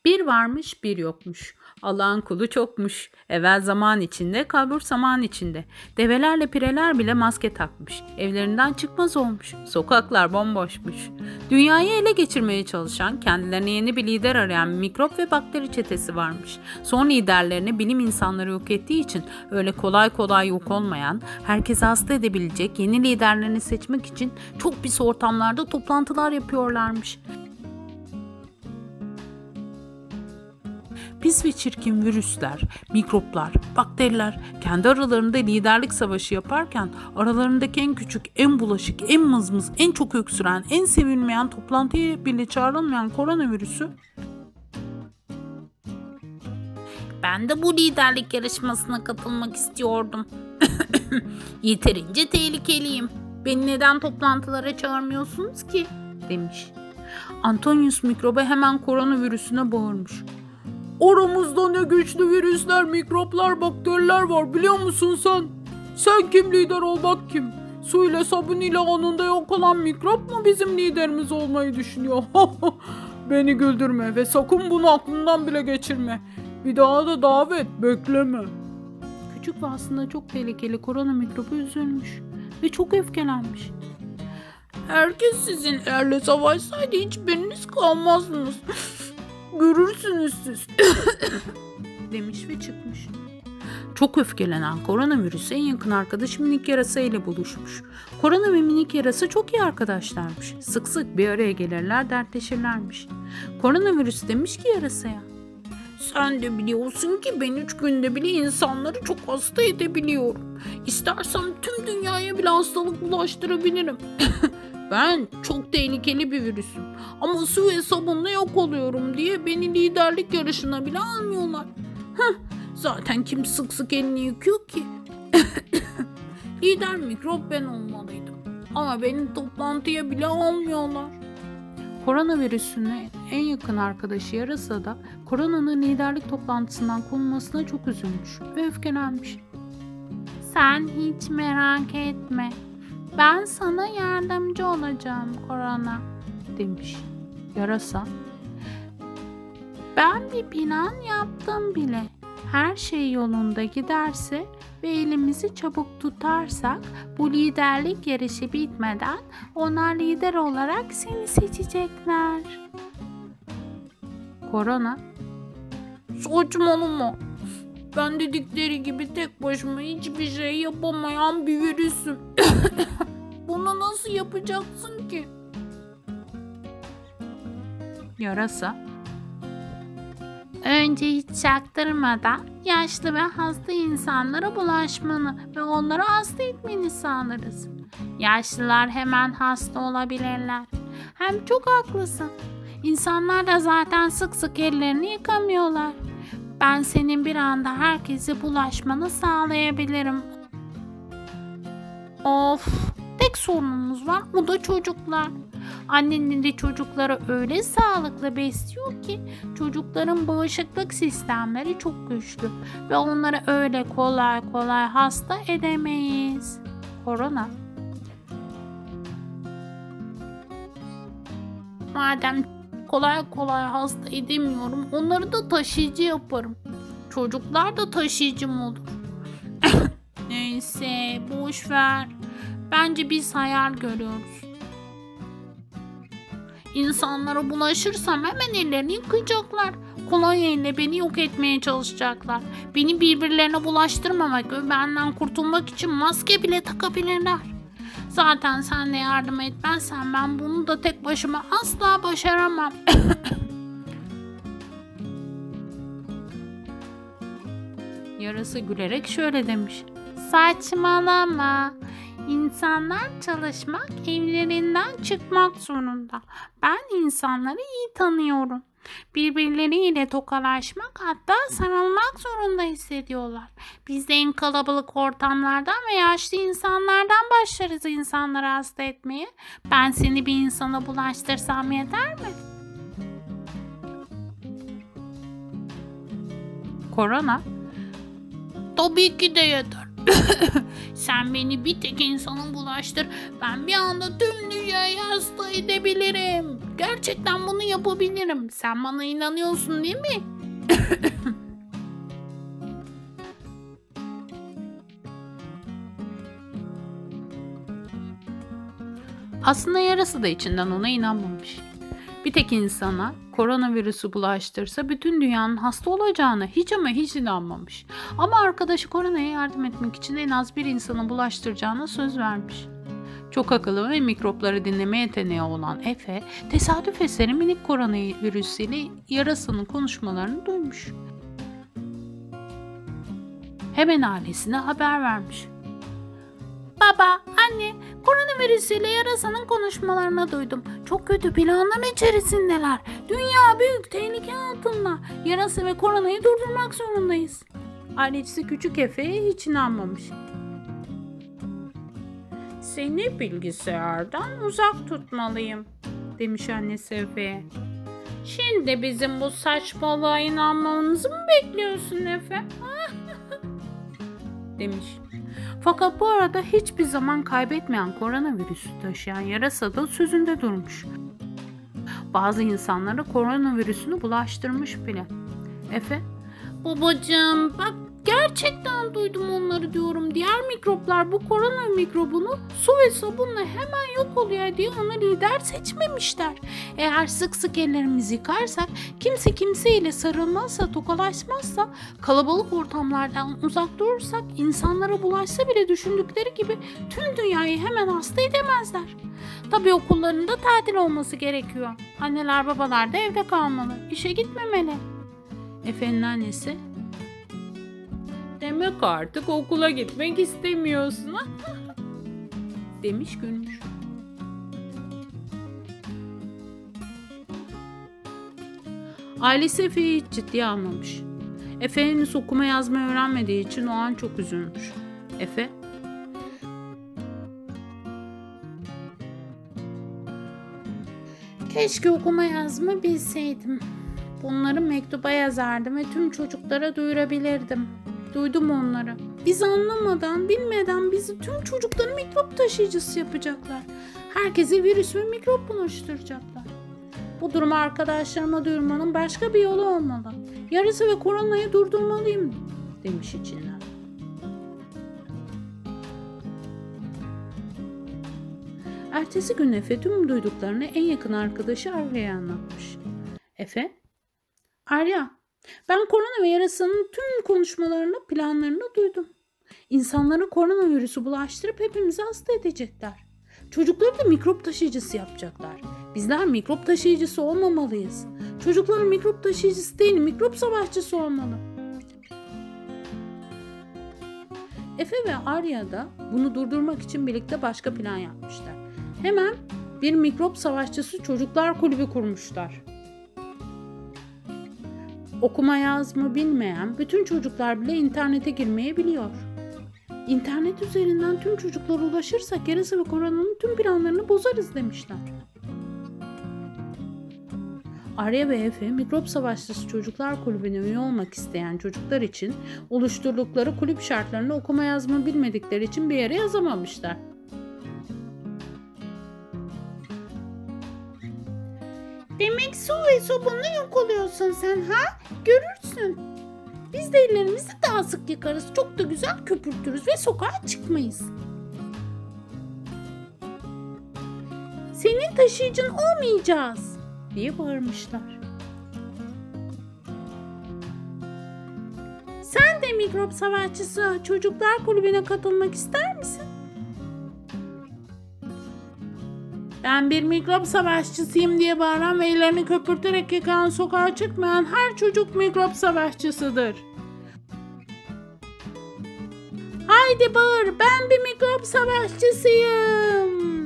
Bir varmış bir yokmuş. Allah'ın kulu çokmuş. Evvel zaman içinde, kalbur saman içinde. Develerle pireler bile maske takmış. Evlerinden çıkmaz olmuş. Sokaklar bomboşmuş. Dünyayı ele geçirmeye çalışan, kendilerine yeni bir lider arayan mikrop ve bakteri çetesi varmış. Son liderlerini bilim insanları yok ettiği için öyle kolay kolay yok olmayan, herkesi hasta edebilecek yeni liderlerini seçmek için çok pis ortamlarda toplantılar yapıyorlarmış. Pis ve çirkin virüsler, mikroplar, bakteriler kendi aralarında liderlik savaşı yaparken aralarındaki en küçük, en bulaşık, en mızmız, en çok öksüren, en sevilmeyen, toplantıya bile çağrılmayan koronavirüsü "Ben de bu liderlik yarışmasına katılmak istiyordum. Yeterince tehlikeliyim. Beni neden toplantılara çağırmıyorsunuz ki?" demiş. Antonius mikroba hemen koronavirüsüne bağırmış. "Aramızda ne güçlü virüsler, mikroplar, bakteriler var biliyor musun sen? Sen kim lider olmak kim? Su ile sabun ile anında yok olan mikrop mu bizim liderimiz olmayı düşünüyor? Beni güldürme ve sakın bunu aklından bile geçirme. Bir daha da davet bekleme." Küçük ve aslında çok tehlikeli korona mikrobu üzülmüş ve çok öfkelenmiş. "Herkes sizinlerle savaşsaydı hiçbiriniz kalmazdınız. Görürsünüz siz." demiş ve çıkmış. Çok öfkelenen koronavirüs en yakın arkadaşı minik yarasa ile buluşmuş. Korona ve minik yarasa çok iyi arkadaşlarmış. Sık sık bir araya gelirler, dertleşirlermiş. Koronavirüs demiş ki yarasaya, "Sen de biliyorsun ki ben 3 günde bile insanları çok hasta edebiliyorum. İstersem tüm dünyaya bile hastalık bulaştırabilirim. Ben çok tehlikeli bir virüsüm. Ama su ve sabunla yok oluyorum diye beni liderlik yarışına bile almıyorlar. Zaten kim sık sık elini yıkıyor ki? Lider mikrop ben olmalıydım. Ama beni toplantıya bile almıyorlar." Koronavirüsüne en yakın arkadaşı yarasa da koronanın liderlik toplantısından kovulmasına çok üzülmüş ve öfkelenmiş. "Sen hiç merak etme. Ben sana yardımcı olacağım korona," demiş. Yarasa, "Ben bir plan yaptım bile. Her şey yolunda giderse ve elimizi çabuk tutarsak bu liderlik yarışı bitmeden onlar lider olarak seni seçecekler." Korona, "Saçmalama. Ben dedikleri gibi tek başıma hiçbir şey yapamayan bir virüsüm. Bunu nasıl yapacaksın ki?" Yarasa, "Önce hiç çaktırmadan yaşlı ve hasta insanlara bulaşmanı ve onları hasta etmeni sağlarız. Yaşlılar hemen hasta olabilirler. Hem çok haklısın. İnsanlar da zaten sık sık ellerini yıkamıyorlar. Ben senin bir anda herkese bulaşmanı sağlayabilirim. Of, tek sorunumuz var, o da çocuklar. Annenleri çocukları öyle sağlıklı besliyor ki çocukların bağışıklık sistemleri çok güçlü ve onları öyle kolay kolay hasta edemeyiz." Korona, "Madem kolay kolay hasta edemiyorum, onları da taşıyıcı yaparım. Çocuklar da taşıyıcı mı olur?" "Neyse, boş ver. Bence biz hayal görüyoruz. İnsanlara bulaşırsam hemen ellerini yıkayacaklar. Kolonya ile beni yok etmeye çalışacaklar. Beni birbirlerine bulaştırmamak ve benden kurtulmak için maske bile takabilirler. Zaten sen de yardım etmezsen ben bunu da tek başıma asla başaramam." Yarası gülerek şöyle demiş. "Saçmalama. İnsanlar çalışmak, evlerinden çıkmak zorunda. Ben insanları iyi tanıyorum. Birbirleriyle tokalaşmak, hatta sarılmak zorunda hissediyorlar. Biz de en kalabalık ortamlardan ve yaşlı insanlardan başlarız insanları hasta etmeye. Ben seni bir insana bulaştırsam yeter mi?" Korona, "Tabii ki de yeter. Sen beni bir tek insana bulaştır. Ben bir anda tüm dünyayı hasta edebilirim." Gerçekten bunu yapabilirim. Sen bana inanıyorsun değil mi? Aslında yarası da içinden ona inanmamış. Bir tek insana koronavirüsü bulaştırsa bütün dünyanın hasta olacağına hiç ama hiç inanmamış. Ama arkadaşı koronaya yardım etmek için en az bir insana bulaştıracağına söz vermiş. Çok akıllı ve mikropları dinleme yeteneği olan Efe, tesadüf eseri minik koronavirüsüyle yarasının konuşmalarını duymuş. Hemen ailesine haber vermiş. Baba, anne, koronavirüsüyle yarasanın konuşmalarını duydum. Çok kötü planların içerisindeler. Dünya büyük tehlike altında. Yarası ve koronayı durdurmak zorundayız. Ailesi küçük Efe'ye hiç inanmamış. Seni bilgisayardan uzak tutmalıyım, demiş annesi Efe'ye. Şimdi bizim bu saçmalığa inanmamızı mı bekliyorsun Efe? demiş. Fakat bu arada hiçbir zaman kaybetmeyen koronavirüsü taşıyan yarasa da sözünde durmuş. Bazı insanlara koronavirüsünü bulaştırmış bile. Efe, babacığım bak gerçekten duydum onları diyorum. Diğer mikroplar bu korona mikrobunu su ve sabunla hemen yok oluyor diye ona lider seçmemişler. Eğer sık sık ellerimizi yıkarsak, kimse kimseyle sarılmazsa, tokalaşmazsa, kalabalık ortamlardan uzak durursak, insanlara bulaşsa bile düşündükleri gibi tüm dünyayı hemen hasta edemezler. Tabii okullarında tatil olması gerekiyor. Anneler babalar da evde kalmalı, işe gitmemeli. Efe'nin annesi, demek artık okula gitmek istemiyorsun ha? demiş gülmüş. Ailesi Efe'yi hiç ciddiye almamış. Efe henüz okuma yazma öğrenmediği için o an çok üzülmüş. Efe, keşke okuma yazma bilseydim. Bunları mektuba yazardım ve tüm çocuklara duyurabilirdim. Duydum onları. Biz anlamadan, bilmeden bizi tüm çocukları mikrop taşıyıcısı yapacaklar. Herkese virüs ve mikrop bulaştıracaklar. Bu durumu arkadaşlarıma duyurmanın başka bir yolu olmalı. Yarısı ve koronayı durdurmalıyım, demiş içinden. Ertesi gün Efe tüm duyduklarını en yakın arkadaşı Arya'ya anlatmış. Efe, Arya, ben korona ve yarasının tüm konuşmalarını, planlarını duydum. İnsanlara koronavirüsü bulaştırıp hepimizi hasta edecekler. Çocukları da mikrop taşıyıcısı yapacaklar. Bizler mikrop taşıyıcısı olmamalıyız. Çocukların mikrop taşıyıcısı değil, mikrop savaşçısı olmalı. Efe ve Arya da bunu durdurmak için birlikte başka plan yapmışlar. Hemen bir mikrop savaşçısı çocuklar kulübü kurmuşlar. Okuma yazma bilmeyen bütün çocuklar bile internete girmeyi biliyor. İnternet üzerinden tüm çocuklara ulaşırsak yarası ve koronanın tüm planlarını bozarız demişler. Arya ve Efe mikrop savaşçısı çocuklar kulübüne üye olmak isteyen çocuklar için oluşturdukları kulüp şartlarını okuma yazma bilmedikleri için bir yere yazamamışlar. Demek su ve sabunla yok oluyorsun sen ha? Görürsün. Biz de ellerimizi daha sık yıkarız. Çok da güzel köpürtürüz ve sokağa çıkmayız. Senin taşıyıcın olmayacağız diye bağırmışlar. Sen de mikrop savaşçısı çocuklar kulübüne katılmak ister misin? Ben bir mikrop savaşçısıyım diye bağıran ve ellerini köpürterek yıkan sokağa çıkmayan her çocuk mikrop savaşçısıdır. Haydi bağır, ben bir mikrop savaşçısıyım.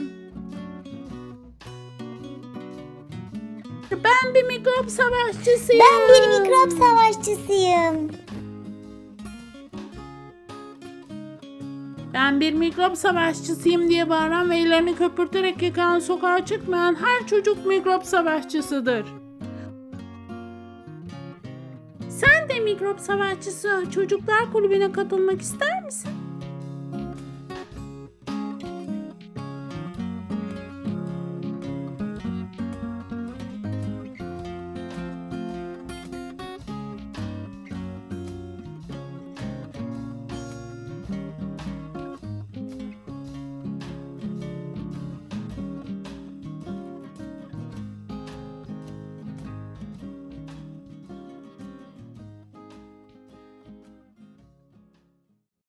Ben bir mikrop savaşçısıyım. Ben bir mikrop savaşçısıyım. Ben bir mikrop savaşçısıyım diye bağıran ve ellerini köpürterek yıkan sokağa çıkmayan her çocuk mikrop savaşçısıdır. Sen de mikrop savaşçısı çocuklar kulübüne katılmak ister misin?